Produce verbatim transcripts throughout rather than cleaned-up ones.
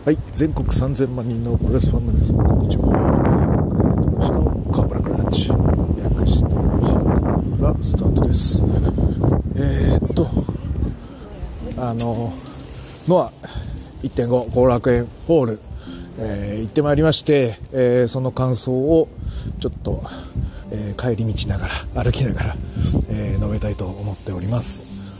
はい、全国さんぜんまん人のプロレスファンの皆様、こんにちは。クレートコーチのカーブラクラッチ、略して時間がスタートです。えー、っと、あの、ノア いってんご 後楽園ホール、えー、行ってまいりまして、えー、その感想をちょっと、えー、帰り道ながら、歩きながら、えー、述べたいと思っております。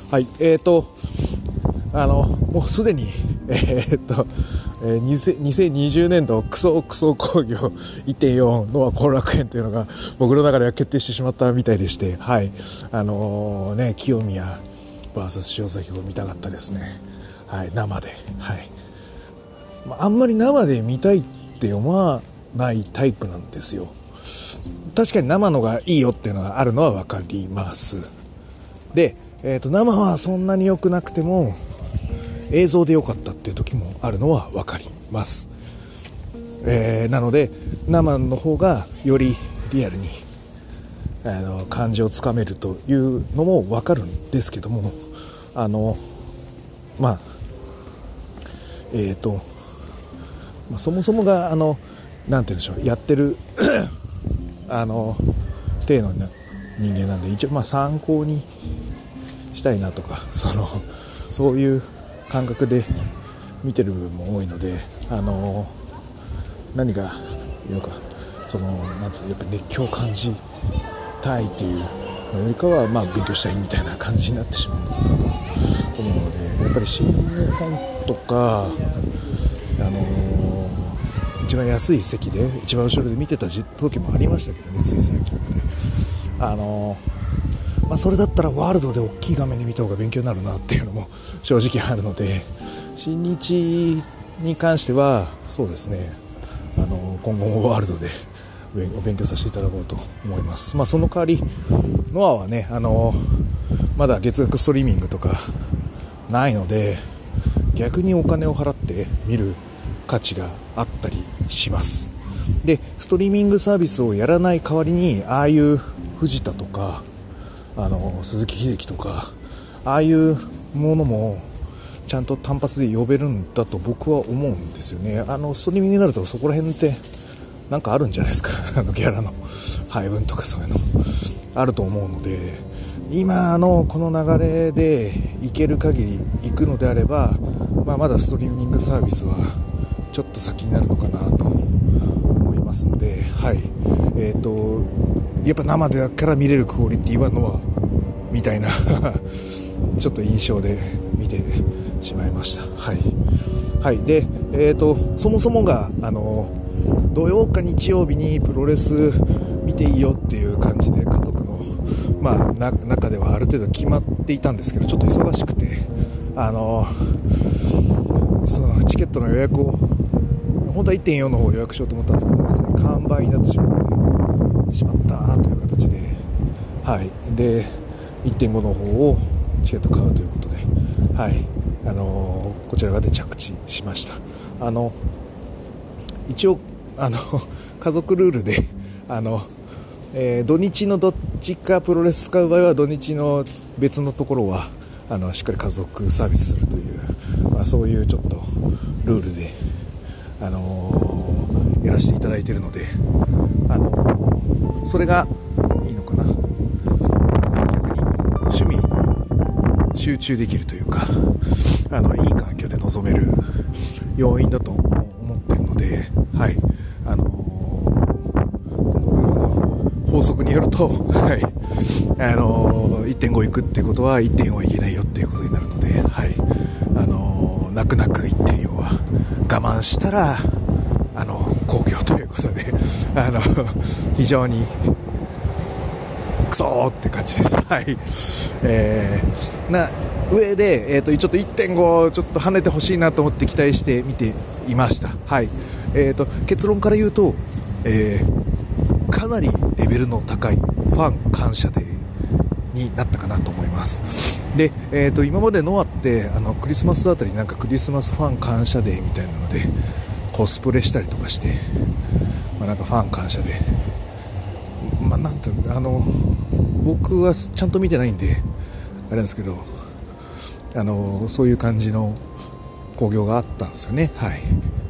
はい、えー、っと、あの、もうすでに、えー、っと、えー、にせんにじゅうねんどクソクソ工業 いってんよん ノア後楽園というのが僕の中では決定してしまったみたいでして、はい、あのー、ね、清宮 ブイエス 塩崎を見たかったですね。はい、生で、はい。まあ、あんまり生で見たいって思わないタイプなんですよ。確かに生のがいいよっていうのがあるのは分かります。で、えーと、生はそんなに良くなくても映像で良かったっていう時もあるのは分かります。えー、なので生の方がよりリアルにあの感じをつかめるというのも分かるんですけども、あのまあえーと、まあ、そもそもがあのなんて言うんでしょう、やってるあの体の人間なんで、一応まあ参考にしたいなとか、そのそういう感覚で見てる部分も多いので、あの何がいうか、そのなんつうやっぱ熱狂を感じたいっていうのよりかは、まあ勉強したいみたいな感じになってしまうのかなと思うので、やっぱり新日本とか、あのー、一番安い席で一番後ろで見てた時もありましたけどね、つい最近まで、あのーまあ、それだったらワールドで大きい画面で見た方が勉強になるなっていうのも正直あるので、新日に関してはそうですね、あの今後もワールドでお勉強させていただこうと思います。まあ、その代わりノアはね、あのまだ月額ストリーミングとかないので、逆にお金を払って見る価値があったりします。で、ストリーミングサービスをやらない代わりに、ああいう藤田とかあの鈴木秀樹とか、ああいうものもちゃんと単発で呼べるんだと僕は思うんですよね。あのストリーミングになるとそこら辺ってなんかあるんじゃないですかあのギャラの配分とかそういうのあると思うので、今のこの流れで行ける限り行くのであれば、まあ、まだストリーミングサービスはちょっと先になるのかなと思いますので、はい、えーとやっぱ生でだから見れるクオリティはノアみたいなちょっと印象で見てしまいました。はい、はい、で、えーとそもそもがあの土曜か日曜日にプロレス見ていいよっていう感じで家族の、まあ、な中ではある程度決まっていたんですけど、ちょっと忙しくて、あのそのチケットの予約を本当は いってんよん の方を予約しようと思ったんですけど、もうすでに完売になってしまってしまったという形で、はい、で いってんご の方をチケット買うということで、はい、あのー、こちら側で着地しました。あの一応あの家族ルールであの、えー、土日のどっちかプロレス使う場合は土日の別のところはあのしっかり家族サービスするという、まあ、そういうちょっとルールで、あのー、やらせていただいているので、あのー、それがいいのかな、逆に趣味に集中できるというか、あのいい環境で臨める要因だと思っているので、はい、あのー、このルールの法則によると、はい、あのー、いってんご 行くってことは いってんよん 行けないよっていうことになるので、はい、あのー、泣く泣く いってんよん は我慢したらあの興行ということで、あの非常にクソーって感じです。はい、えー、な上で、えー、とちょっと いってんご ちょっと跳ねてほしいなと思って期待して見ていました。はい、えー、と結論から言うと、えー、かなりレベルの高いファン感謝デーになったかなと思います。で、えー、と今までノアってあのクリスマスあたりなんかクリスマスファン感謝デーみたいなのでコスプレしたりとかして、まあ、なんかファン感謝で、まあ、なんていうの、あの僕はちゃんと見てないんであれなんですけど、あのそういう感じの興行があったんですよね。はい、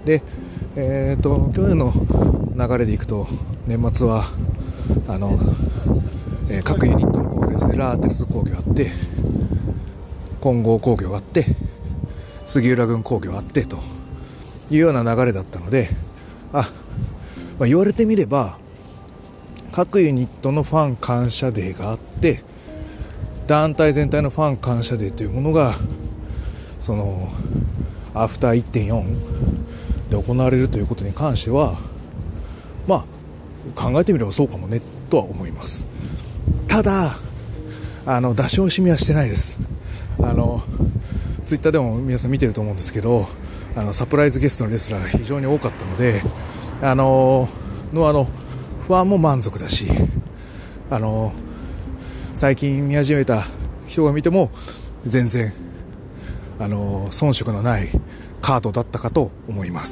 で、えー、と去年の流れでいくと年末はあの、えー、各ユニットの工業ですね、ラーテルズ工業あって金剛工業があって杉浦軍工業あってというような流れだったので、あ、まあ、言われてみれば各ユニットのファン感謝デーがあって団体全体のファン感謝デーというものがそのアフター いってんよん で行われるということに関しては、まあ考えてみればそうかもねとは思います。ただあの出し惜しみはしてないです。あのツイッターでも皆さん見てると思うんですけど、あのサプライズゲストのレスラーが非常に多かったので、あののあのファンも満足だし、あの最近見始めた人が見ても全然あの遜色のないカードだったかと思います。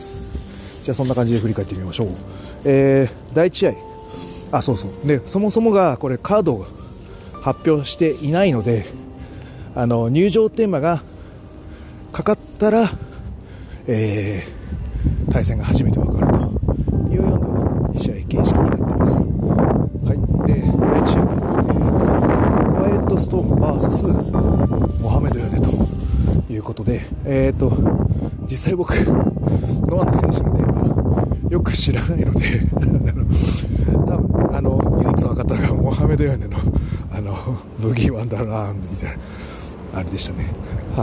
じゃあそんな感じで振り返ってみましょう。えー、だいいち試合、あ、そうそうでそもそもがこれカードを発表していないので、あの入場テーマがかかったら、えー、対戦が初めて分かるというような試合形式になっています。はい、でだいいち試合、えー、クワイエットストーム ブイエス モハメドヨネということで、えーと実際僕ノアの選手のテーマよく知らないので多分あの唯一分かったのがモハメドヨネのあのブギーワンダーランドみたいなあれでしたね。はい、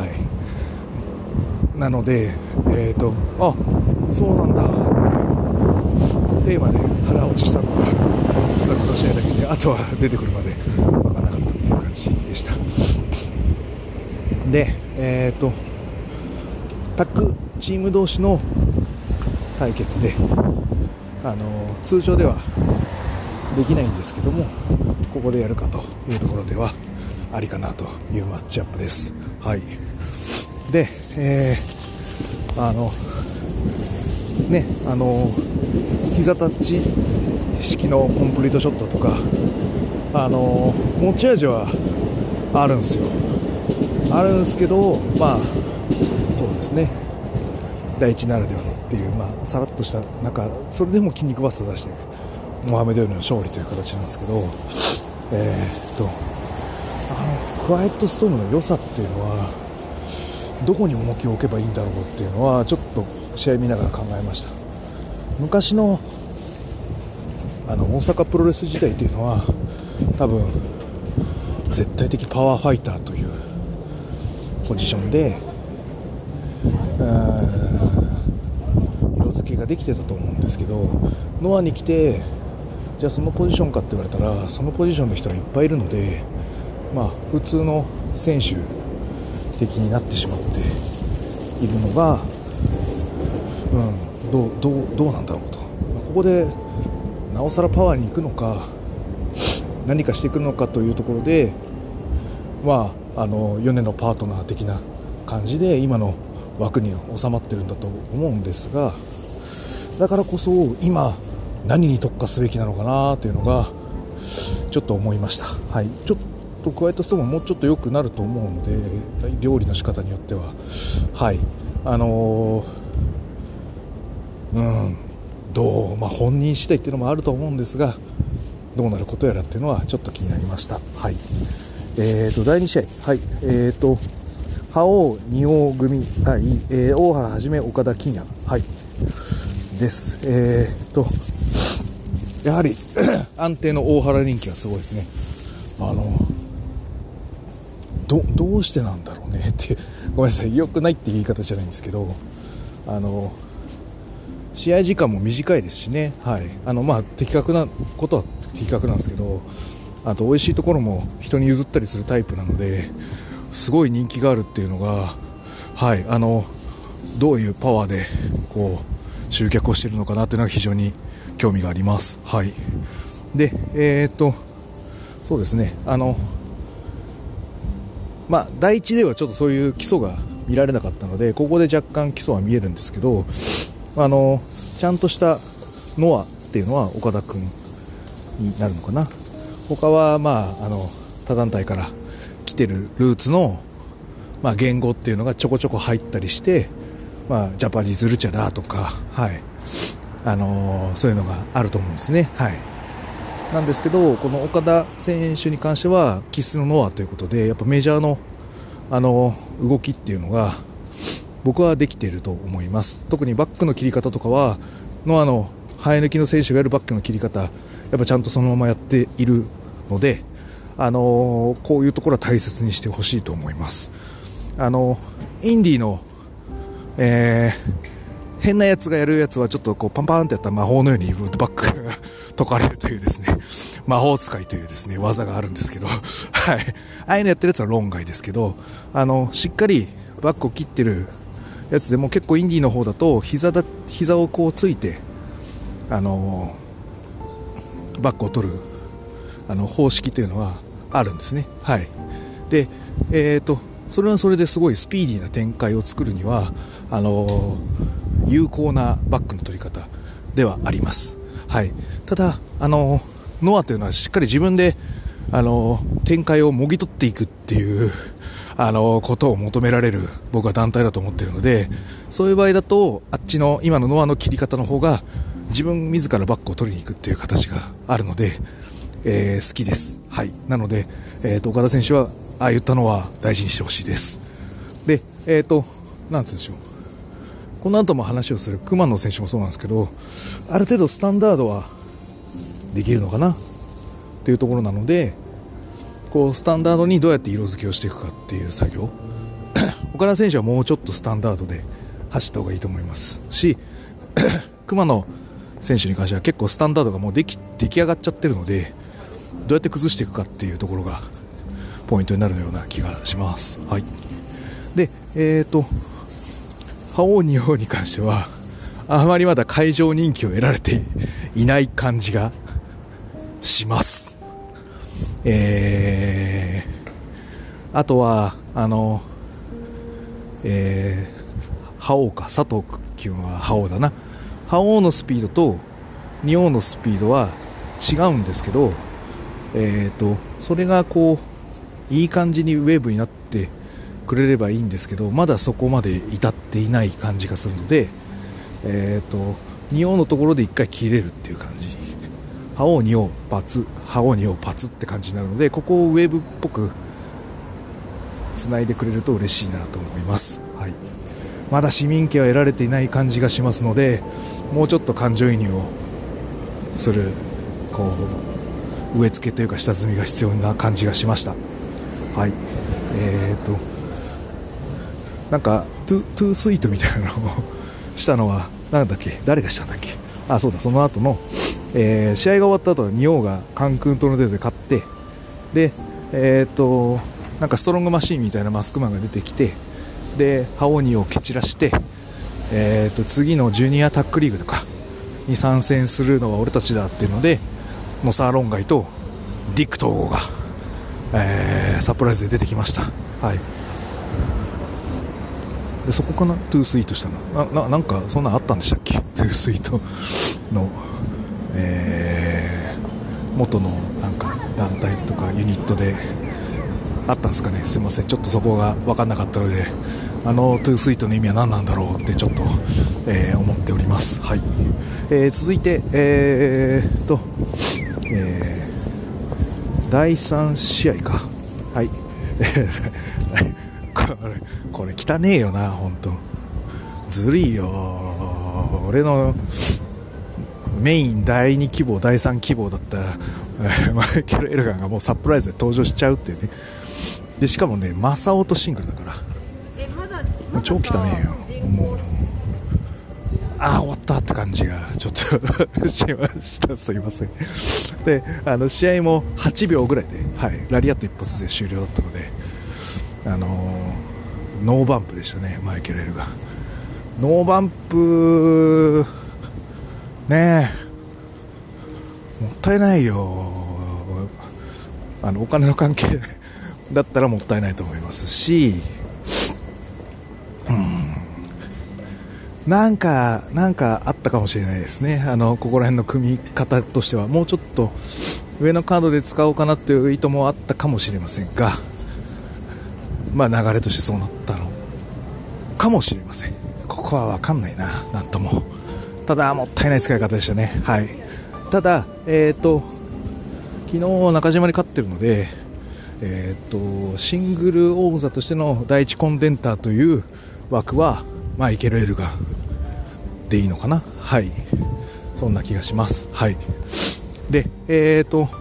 なのでえーとあそうなんだってテーマで腹落ちしたのが実はこの試合だけで、あとは出てくるまで分からなかったっていう感じでした。でえーとタッグチーム同士の対決で、あの通常ではできないんですけども、ここでやるかというところではありかなというマッチアップです。はい、で、えー、あのねあの膝タッチ式のコンプリートショットとか、あの持ち味はあるんですよ。あるんですけど、まあそうですね、第一ならではのっていう、まあ、さらっとした中、それでも筋肉バストを出していくモハメドヨネの勝利という形なんですけど、えー、っとあのクワイエットストームの良さっていうのはどこに重きを置けばいいんだろうっていうのはちょっと試合見ながら考えました。昔のあの大阪プロレス時代というのは多分絶対的パワーファイターというポジションで色付けができてたと思うんですけど、ノアに来てじゃあそのポジションかって言われたらそのポジションの人がいっぱいいるので、まあ普通の選手的になってしまっているのが、うん、どう、どう、どうなんだろうと。ここでなおさらパワーに行くのか何かしてくるのかというところで、まああの米のパートナー的な感じで今の枠に収まってるんだと思うんですが、だからこそ今何に特化すべきなのかなというのがちょっと思いました。はい、ちょっとクワイエットストームもうちょっと良くなると思うので、料理の仕方によっては、はいあのー、うんどう、まあ、本人次第っていうのもあると思うんですが、どうなることやらっていうのはちょっと気になりました。はい、えーとだいに試合、はいえーと覇王二王組対、えー、大原はじめ岡田金也、はいです。えーとやはり安定の大原人気がすごいですね。あのどどうしてなんだろうねってごめんなさい、良くないっていう言い方じゃないんですけど、あの試合時間も短いですしね、はいあのまあ的確なことは的確なんですけど、あと美味しいところも人に譲ったりするタイプなのですごい人気があるっていうのが、はいあのどういうパワーでこう集客をしているのかなというのが非常に興味があります。はいでえー、っとそうですね、あのまあ第一ではちょっとそういう基礎が見られなかったので、ここで若干基礎は見えるんですけど、あのちゃんとしたノアっていうのは岡田君になるのかな。他はまああの他団体から来てるルーツの、まあ、言語っていうのがちょこちょこ入ったりして、 まあ、ジャパニーズルチャだとか、はいあのー、そういうのがあると思うんですね。はい、なんですけど、この岡田選手に関しては生粋のノアということで、やっぱメジャーの、あのー、動きっていうのが僕はできていると思います。特にバックの切り方とかはノアの生え抜きの選手がやるバックの切り方、やっぱちゃんとそのままやっているので、あのー、こういうところは大切にしてほしいと思います。あのー、インディーの、えー、変なやつがやるやつはちょっとこうパンパンってやったら魔法のようにバックが解かれるというですね、魔法使いというですね技があるんですけど、はい、ああいうのやってるやつは論外ですけど、あのしっかりバックを切ってるやつでも結構インディーの方だと膝だ膝をこうついて、あのー、バックを取るあの方式というのはあるんですね。はい、で、えーと、それはそれですごいスピーディーな展開を作るにはあのー、有効なバックの取り方ではあります。はい、ただ、あのー、ノアというのはしっかり自分で、あのー、展開をもぎ取っていくっていうあのことを求められる僕は団体だと思っているので、そういう場合だとあっちの今のノアの切り方の方が自分自らバックを取りに行くっていう形があるので、えー、好きです。はい、なので、えー、と岡田選手はああ言ったのは大事にしてほしいです。で、えーとなんつうんでしょう、この後も話をする熊野選手もそうなんですけど、ある程度スタンダードはできるのかなっていうところなので、こうスタンダードにどうやって色付けをしていくかっていう作業岡田選手はもうちょっとスタンダードで走った方がいいと思いますし熊野選手に関しては結構スタンダードがもうでき出来上がっちゃってるので、どうやって崩していくかっていうところがポイントになるような気がします。はい、で、えーと覇王二王に関してはあまりまだ会場人気を得られていない感じがします。えー、あとはあの、えー、覇王か佐藤君は覇王だな。覇王のスピードと二王のスピードは違うんですけど、えーとそれがこういい感じにウェーブになってくれればいいんですけど、まだそこまで至っていない感じがするので、えーと二王のところで一回切れるっていう感じ、覇王二王パツ覇王二王パツって感じになるので、ここをウェーブっぽくつないでくれると嬉しいなと思います。はい、まだ市民権は得られていない感じがしますので、もうちょっと感情移入をするこう植え付けというか下積みが必要な感じがしました。はい、えーとなんかトゥトゥースイートみたいなのをしたのはなんだっけ、誰がしたんだっけ。あ、そうだ、その後の、えー、試合が終わった後は仁王がカンクントルネードで勝って、で、えーとなんかストロングマシーンみたいなマスクマンが出てきて、で覇王仁王を蹴散らして、えーと次のジュニアタックリーグとかに参戦するのは俺たちだっていうので、ノサーロンガイとディック統合が、えー、サプライズで出てきました。はい、でそこかなトゥースイートしたの な, な, なんかそんなあったんでしたっけ、トゥースイートの、えー、元のなんか団体とかユニットであったんですかね。すいません、ちょっとそこが分かんなかったので、あのトゥースイートの意味は何なんだろうってちょっと、えー、思っております。はい、えー、続いてえー、っと、えー、だいさん試合か。はいこれこれ汚ねえよな、本当ずるいよ。俺のメインだいに希望だいさん希望だったマイケル・エルガンがもうサプライズで登場しちゃうっていうね。でしかもねマサオとシングルだから、えまだまだ超汚ねえよ。もうああ終わったって感じがちょっとしました。すいません。であの試合もはちびょうぐらいで、はい、ラリアット一発で終了だったので、あのー、ノーバンプでしたね。マイケル・エルガンノーバンプねえ、もったいないよ。あのお金の関係だったらもったいないと思いますし、うん、なんかなんかあったかもしれないですね。あのここら辺の組み方としてはもうちょっと上のカードで使おうかなっていう意図もあったかもしれませんが、まあ流れとしてそうなったのかもしれません。 ここは分かんないな、なんとも。ただもったいない使い方でしたね。はい。ただえっ、ー、と昨日中島に勝ってるので、えっ、ー、とシングル王座としての第一コンテンターという枠はまあいけるエルガンでいいのかな。はい、そんな気がします。はい。でえっ、ー、と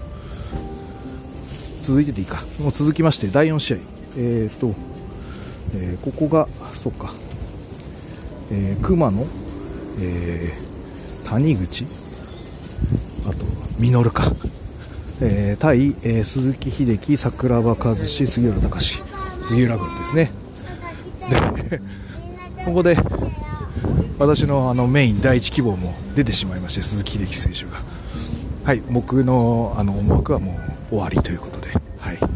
続いてでいいか、もう続きましてだいよん試合、えっ、ー、と、えー、ここがそうか、えー、熊野、えー、谷口、あとミノルか、えー、対、えー、鈴木秀樹、桜庭和志、杉浦隆、杉浦軍ですね。でここで私のあのメイン第一希望も出てしまいまして、鈴木秀樹選手が、はい、僕のあの思惑はもう終わりということで、はい、は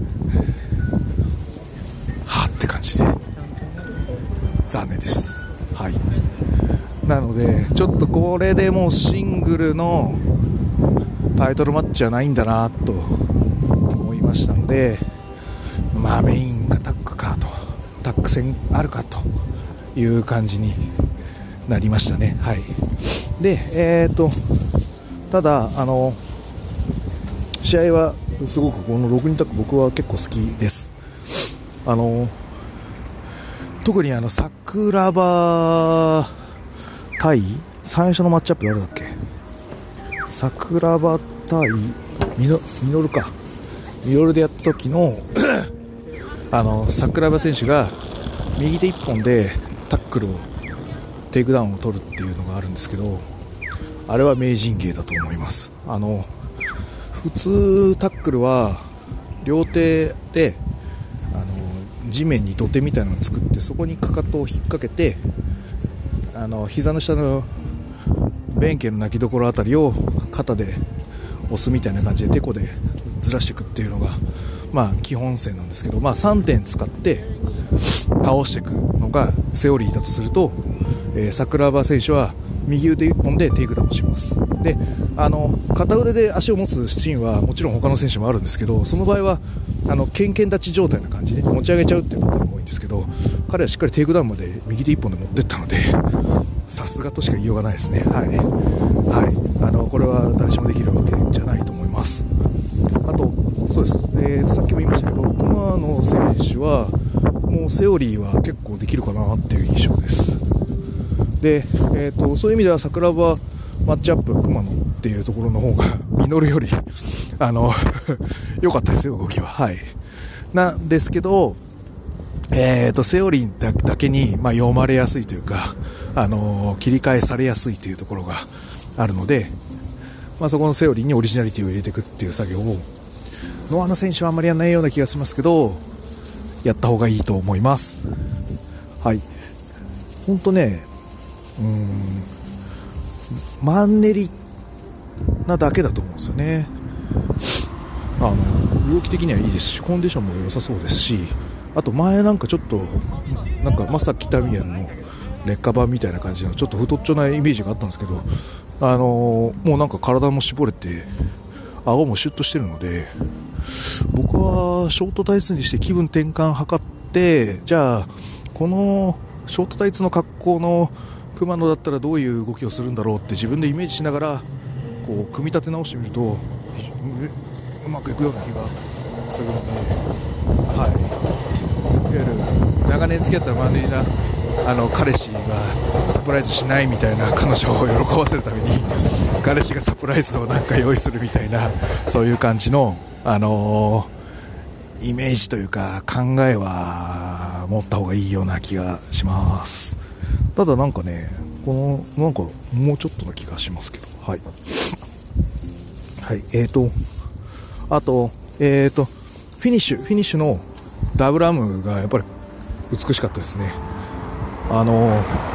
ぁって感じで残念です。はい。なのでちょっとこれでもうシングルのタイトルマッチはないんだなと思いましたので、まあメインがタッグかと、タッグ戦あるかという感じになりましたね。はい。でえーとただあの試合はすごくこのろくにんタッグ僕は結構好きです。あの特にあの桜庭対最初のマッチアップ誰だっけ、桜庭対ミノミノルかミノルでやった時のあの桜庭選手が右手いっぽんでタックルをテイクダウンを取るっていうのがあるんですけど、あれは名人芸だと思います。あの普通タックルは両手であの地面に土手みたいなのを作って、そこにかかとを引っ掛けて、あの膝の下の弁慶の泣きどころあたりを肩で押すみたいな感じで、てこでずらしていくっていうのがまあ基本線なんですけど、まあさんてん使って倒していくのがセオリーだとすると、えー、桜庭選手は右腕いっぽんでテイクダウンします。であの片腕で足を持つシーンはもちろん他の選手もあるんですけど、その場合はあのケンケン立ち状態な感じで持ち上げちゃうっていうパターンが多いんですけど、彼はしっかりテイクダウンまで右手いっぽんで持っていったので、さすがとしか言いようがないですね。はい、はい、あのこれは誰しもできるわけじゃないと思います。あとそうです、えー、さっきも言いましたけど、熊野選手はもうセオリーは結構できるかなっていう印象です。で、えー、とそういう意味では桜庭マッチアップ熊野っていうところの方がミノルよりあの良かったですよ、動きは。はい。なんですけど、えー、とセオリー だ, だけに、まあ、読まれやすいというか、あのー、切り替えされやすいというところがあるので、まあ、そこのセオリーにオリジナリティを入れていくっていう作業をノアの選手はあんまりやらないような気がしますけど、やった方がいいと思います。はい。ほんとね、うーんマンネリなだけだと思うんですよね。あの動き的にはいいですし、コンディションも良さそうですし、あと前なんかちょっとなんか正木民也の劣化版みたいな感じのちょっと太っちょなイメージがあったんですけど、あのー、もうなんか体も絞れて顎もシュッとしてるので、僕はショートタイツにして気分転換図って、じゃあこのショートタイツの格好の熊野だったらどういう動きをするんだろうって自分でイメージしながらこう組み立て直してみるとうまくいくような気がするので、はい、いわゆる長年付き合ったマンネリなあの彼氏がサプライズしないみたいな彼女を喜ばせるために彼氏がサプライズをなんか用意するみたいな、そういう感じの、あのー、イメージというか考えは持った方がいいような気がします。ただなんかね、このなんかもうちょっとな気がしますけど、はいはい。えーとあとえーとフィニッシュフィニッシュのダブルアームがやっぱり美しかったですね。あの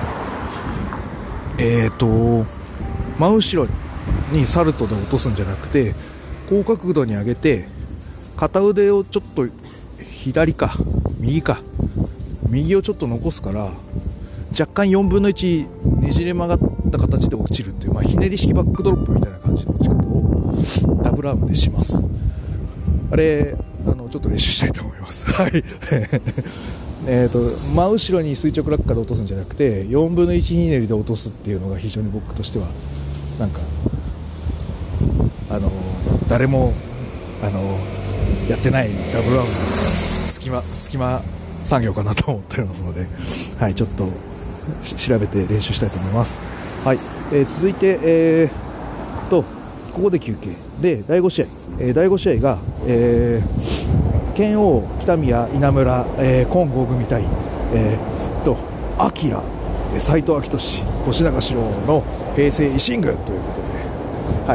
えーと真後ろにサルトで落とすんじゃなくて、高角度に上げて片腕をちょっと左か右か右をちょっと残すから、若干よんぶんのいちねじれ曲がった形で落ちるっていう、まあ、ひねり式バックドロップみたいな感じの落ち方をダブルアームでします。あれあのちょっと練習したいと思います。はいえーと真後ろに垂直落下で落とすんじゃなくてよんぶんのいちひねりで落とすっていうのが非常に僕としてはなんかあの誰もあのやってないダブルアームの隙間隙間産業かなと思っておりますので、はい、ちょっと調べて練習したいと思います。はい、えー、続いて、えー、とここで休憩でだいご試合、えー、だいご試合が、えー、剣王北宮稲村、えー、金剛組対、えー、とアキラ斉藤明俊越中四郎の平成維新軍ということで、はい、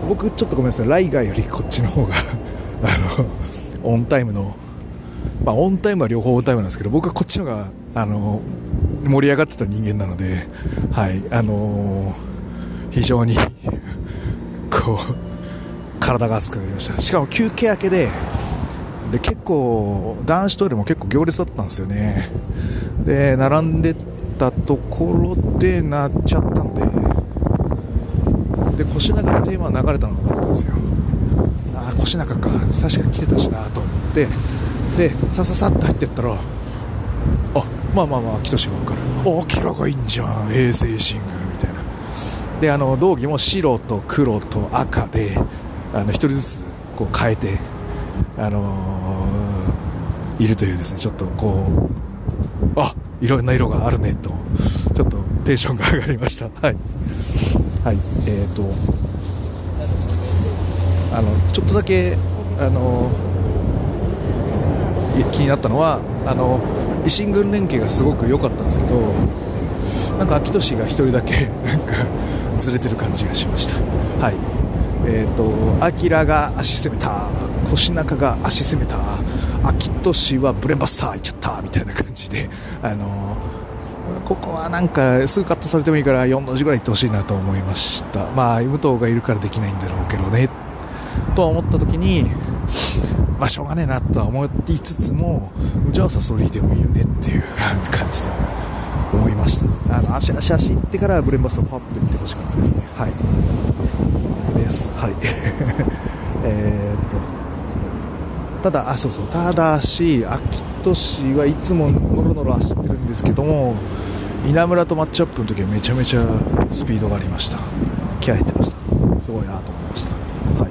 僕ちょっとごめんなさい、ライガーよりこっちの方があのオンタイムの、まあ、オンタイムは両方オンタイムなんですけど、僕はこっちのがあの盛り上がってた人間なので、はいあのー、非常にこう体が熱くなりました。しかも休憩明けでで結構男子トイレも結構行列だったんですよね。で並んでたところでなっちゃったんで、で腰中のテーマが流れたのが分かったんですよ。あ腰中か確かに来てたしなと思って、でさささっと入ってったら、あまあまあまあキトシが分かる、あキラがいいんじゃん平成シングみたいな。であの道着も白と黒と赤であの一人ずつこう変えて、あのー、いるというですね、ちょっとこうあいろんな色があるねとちょっとテンションが上がりました。はいはい、えーとあのちょっとだけあの気になったのはあの維新軍連携がすごく良かったんですけど、なんか秋俊が一人だけなんかずれてる感じがしました。はい、えーとアキラが足攻めた、腰中が足攻めた、秋俊はブレンバスターいっちゃったみたいな感じで、あのここはなんかすぐカットされてもいいからよんの字ぐらいいってほしいなと思いました。まあ武藤がいるからできないんだろうけどねとは思った時に、まあしょうがねえなとは思いつつも、じゃあサソリでもいいよねっていう感じで思いました。あの足足足行ってからブレンバスをパッといってほしかったですね。はいですはいえーっとただあそうそうただし秋俊はいつもノロノロ走ってるんですけども、稲村とマッチアップの時はめちゃめちゃスピードがありました。気合入ってました。すごいなと思いました。はい、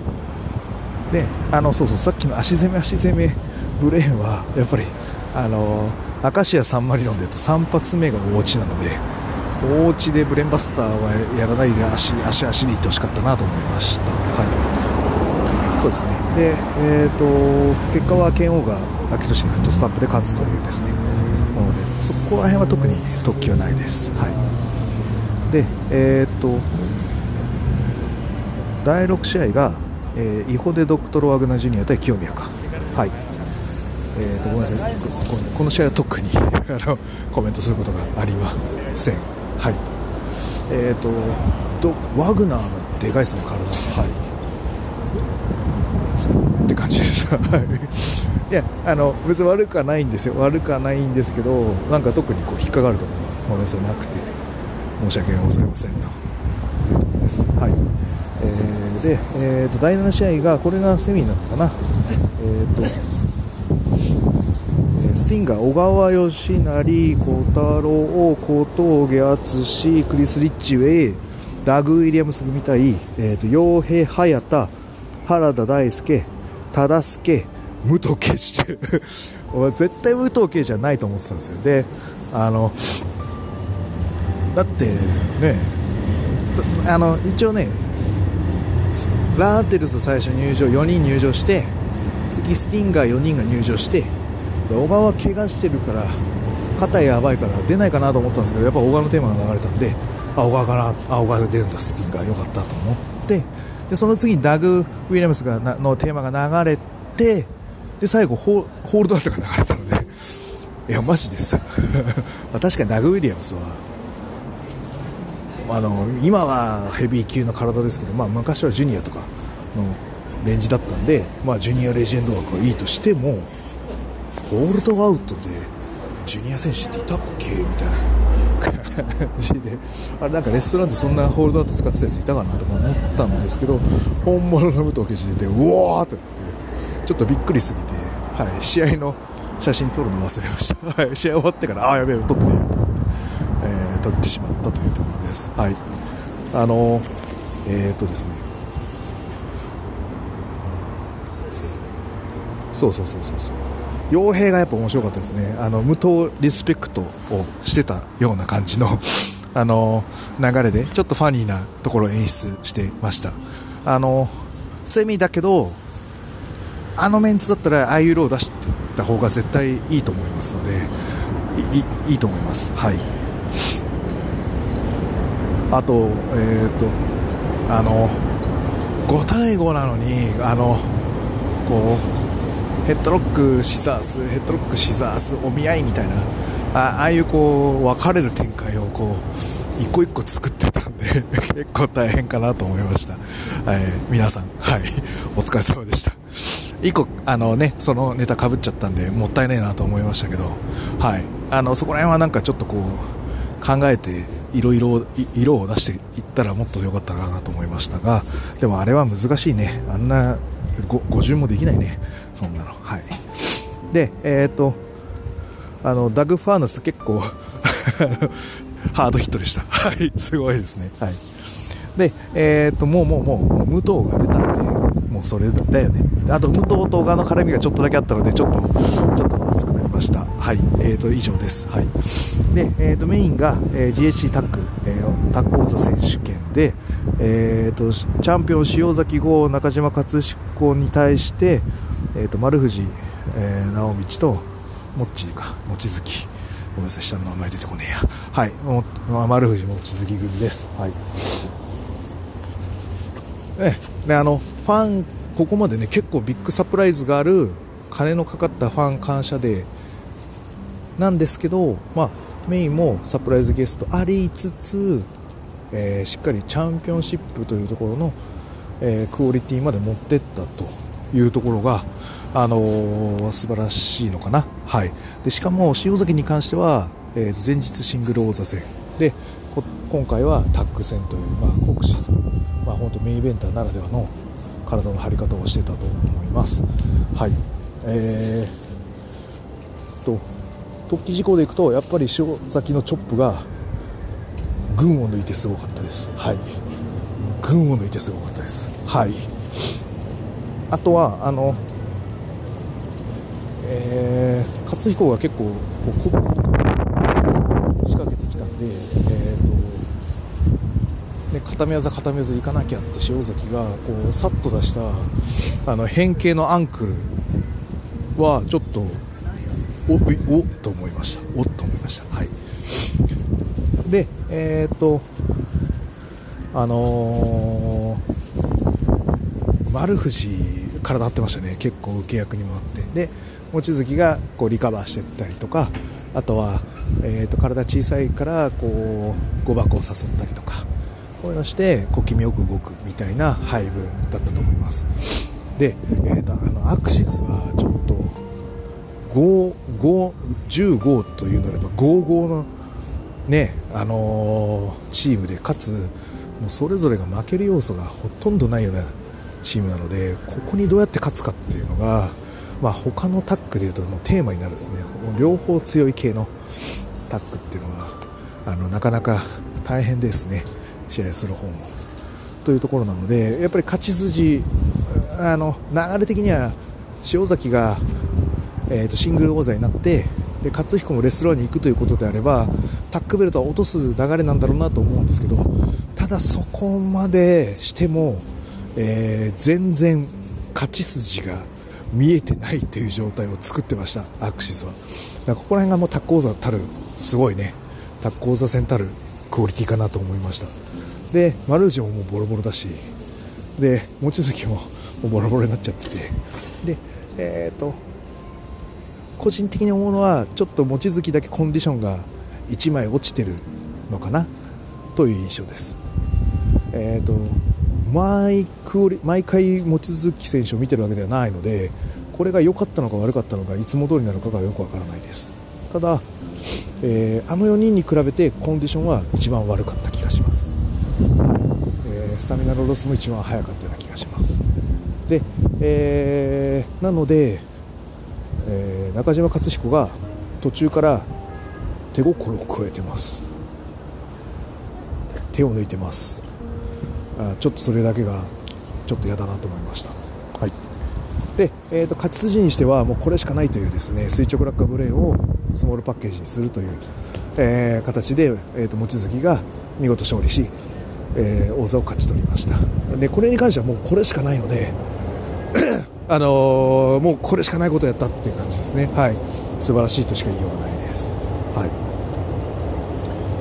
であのそうそうさっきの足攻め足攻めブレーンはやっぱりあの明石家サンマリノンでいうとさん発目が大落ちなので、大落ちでブレンバスターはやらないで足足足でいってほしかったなと思いました。はい、そうですね。で、えー、と結果は剣王が秋俊にフットスタップで勝つというですねもので、そこら辺は特に突起はないです。はい、で、えー、とだいろく試合が、えー、イホデ・ドクトロ・ワグナージュニア対清宮か。はい、えー、とごめんなさい、こ, この試合は特にあのコメントすることがありません。はい、えー、とドワグナーのでかいですね体。はいって感じでした。いやあの別に悪くはないんですよ、悪くはないんですけど、なんか特にこう引っかかるところがごめんなさいなくて申し訳ございませんというところです。はい、えー、で、えー、とだいなな試合がこれがセミになったかな。えー、とスティンガー小川義成、小太郎、小峠敦、クリス・リッチウェイ、ダグ・ウィリアムス組対、えー、と陽平隼田、原田大輔、忠助、武藤敬司って俺絶対武藤敬司じゃないと思ってたんですよ。であのだってねあの一応ねラーテルズ最初入場よにん入場して、次スティンガーよにんが入場して、小川怪我してるから肩やばいから出ないかなと思ったんですけど、やっぱ小川のテーマが流れたんで、あ小川かな、あ小川が出るんだスティンガーよかったと思って、でその次にダグ・ウィリアムスがなのテーマが流れて、で最後ホ ー, ホールドアウトが流れたのでいやマジでさ確かにダグ・ウィリアムスはあの今はヘビー級の体ですけど、まあ、昔はジュニアとかのレンジだったんで、まあ、ジュニアレジェンド枠はいいとしても、ホールドアウトでジュニア選手っていたっけみたいな感じで、あれなんかレストランでそんなホールドアウト使ってたやついたかなとか思ったんですけど、本物の武藤敬司出てうわーってなってちょっとびっくりすぎて、はい、試合の写真撮るの忘れました、はい、試合終わってからああやべえ撮ってねえやと思って、えー、撮ってしまったというところです。はい、あのえー、っとですねそうそうそうそうそう傭兵がやっぱ面白かったですね。あの無党リスペクトをしてたような感じのあの流れでちょっとファニーなところを演出してました。あのセミだけどあのメンツだったらああいう色を出してた方が絶対いいと思いますのでい い, いいと思います。はい。あとえっ、ー、とあのご対ごなのにあのこうヘッドロックシザースヘッドロックシザースお見合いみたいな あ, ああいうこう分かれる展開をこう一個一個作ってたんで結構大変かなと思いました。はい、皆さん、はい、お疲れ様でした。一個あのねそのネタ被っちゃったんでもったいないなと思いましたけど、はい、あのそこら辺はなんかちょっとこう考えていろいろ色を出していったらもっと良かったかなと思いましたが、でもあれは難しいね。あんなごじゅうもできないねそんなの。はい。でえっ、ー、とあのダグ・ファーナス結構ハードヒットでした。はい、すごいですね。はい。でえっ、ー、ともうもうもうもう武藤が出たんでもうそれだよね。あと武藤とガの絡みがちょっとだけあったのでちょっとちょっと熱くなりました。はい。えーと以上です。はい。でえーとメインが、えー、ジーエイチシー タッグ、えー、タッグ王座選手権でえーとチャンピオン塩崎豪中島克彦に対してえーと丸藤、えー、直道とモッチーか望月ごめんなさい下の名前出てこねえや。はい。も丸藤望月組です。はい。ね、であのファンここまでね結構ビッグサプライズがある金のかかったファン感謝デーなんですけど、まあ、メインもサプライズゲストありつつ、えー、しっかりチャンピオンシップというところの、えー、クオリティまで持ってったというところが、あのー、素晴らしいのかな。はい。でしかも塩崎に関しては、えー、前日シングル王座戦で今回はタッグ戦という、まあ、酷使する、まあ、本当メインイベンターならではの体の張り方をしてたと思います。はい。えー、と突起事項でいくとやっぱり塩崎のチョップが群を抜いてすごかったです。はい。群を抜いてすごかったです。はい。あとはあの、えー、勝彦が結構こうコブとか仕掛けてきたんで、えーとで片目技片目技いかなきゃって塩崎がこうさっと出したあの変形のアンクルはちょっとおおっと思いましたおっと思いました。はい。でえっ、ー、とあのー、丸藤体張ってましたね。結構受け役にもあってで望月がこうリカバーしていったりとか、あとは、えー、と体小さいからこう誤爆を誘ったりとかこういうのして小気味よく動くみたいな配分だったと思います。で、えー、とあのアクシズはちょっとご、ご、じゅうごというならばごたいごのね、あのー、チームでかつもうそれぞれが負ける要素がほとんどないようなチームなので、ここにどうやって勝つかっていうのが、まあ、他のタッグでいうともうテーマになるんですね。もう両方強い系のタッグっていうのはあのなかなか大変ですね、試合する方もというところなので、やっぱり勝ち筋あの流れ的には塩崎が、えー、とシングル王座になってで勝彦もレスラーに行くということであればタッグベルトは落とす流れなんだろうなと思うんですけど、ただそこまでしても、えー、全然勝ち筋が見えてないという状態を作ってましたアクシスは。だからここら辺がもうタッグ王座たるすごいねタッグ王座戦たるクオリティかなと思いました。で丸藤ももうボロボロだしで望月ももうボロボロになっちゃっててでえっ、ー、と個人的に思うのはちょっと望月だけコンディションがいちまい落ちてるのかなという印象です。えっ、ー、と毎, 毎回望月選手を見てるわけではないのでこれが良かったのか悪かったのかいつも通りなのかがよくわからないです。ただ、えー、あのよにんに比べてコンディションは一番悪かった気がします。えー、スタミナのロスも一番早かったような気がします。で、えー、なのでえー、中島克彦が途中から手心を加えてます。手を抜いてます。あちょっとそれだけがちょっと嫌だなと思いました。はい。で、えー、と勝ち筋にしてはもうこれしかないというですね、垂直落下ブレーンをスモールパッケージにするという、えー、形で、えー、と望月が見事勝利し、えー、王座を勝ち取りました。でこれに関してはもうこれしかないのであのー、もうこれしかないことをやったっていう感じですね。はい、素晴らしいとしか言いようがないです。はい。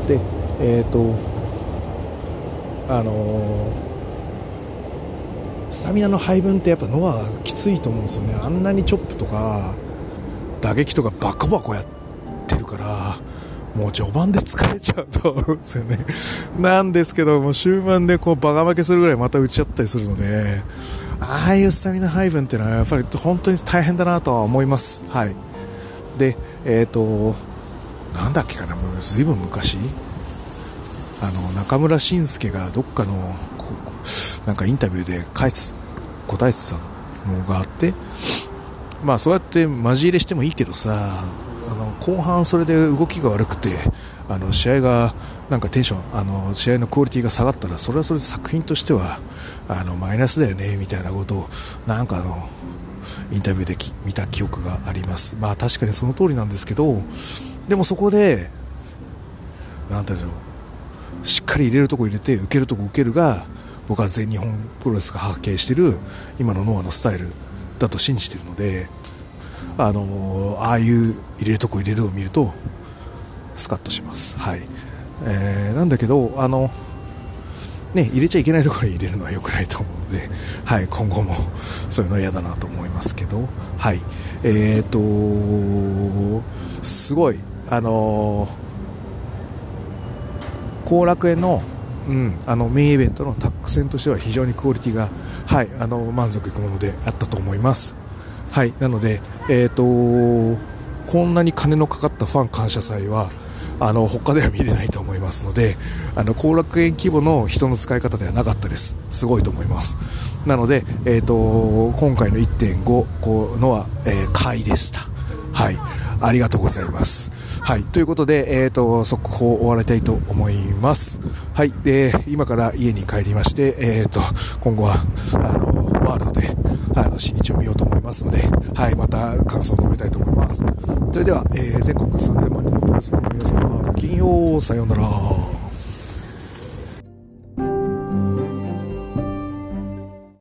で、えっ、ー、とあのースタミナの配分ってやっぱノアきついと思うんですよね。あんなにチョップとか打撃とかバカバカやってるからもう序盤で疲れちゃうと思うんですよね。なんですけども終盤でこうバカ負けするぐらいまた打ち合ったりするので、ああいうスタミナ配分っていうのはやっぱり本当に大変だなとは思います。はい。でえっ、ー、となんだっけかな、もうずいぶん昔あの中村慎介がどっかのなんかインタビューで答えてたのがあって、まあそうやってマジ入れしてもいいけどさ、あの後半それで動きが悪くてあの試合がなんかテンションあの試合のクオリティが下がったらそれはそれで作品としてはあのマイナスだよねみたいなことをなんかあのインタビューでき見た記憶があります。まあ確かにその通りなんですけど、でもそこでなんていうの、しっかり入れるとこ入れて受けるとこ受けるが僕は全日本プロレスが発見している今のノアのスタイルだと信じているので、あのー、ああいう入れるとこ入れるを見るとスカッとします。はい。えー、なんだけどあのね入れちゃいけないところに入れるのは良くないと思うので、はい、今後もそういうのは嫌だなと思いますけど、はい。えーとすごいあの後楽園のうん、あのメインイベントのタッグ戦としては非常にクオリティが、はい、あの満足いくものであったと思います。はい、なので、えーと、こんなに金のかかったファン感謝祭はあの他では見れないと思いますので、あの後楽園規模の人の使い方ではなかったです。すごいと思います。なので、えーと、今回の いってんご このは、えー、買いでした。はい、ありがとうございます。はい、ということで、えーと、速報を終わりたいと思います。はい、で今から家に帰りまして、えーと、今後はあのワールドであの新日を見ようと思いますので、はい、また感想を述べたいと思います。それでは、えー、全国さんぜんまん人のプロレスファンの皆様、ごきげんよう、さようなら。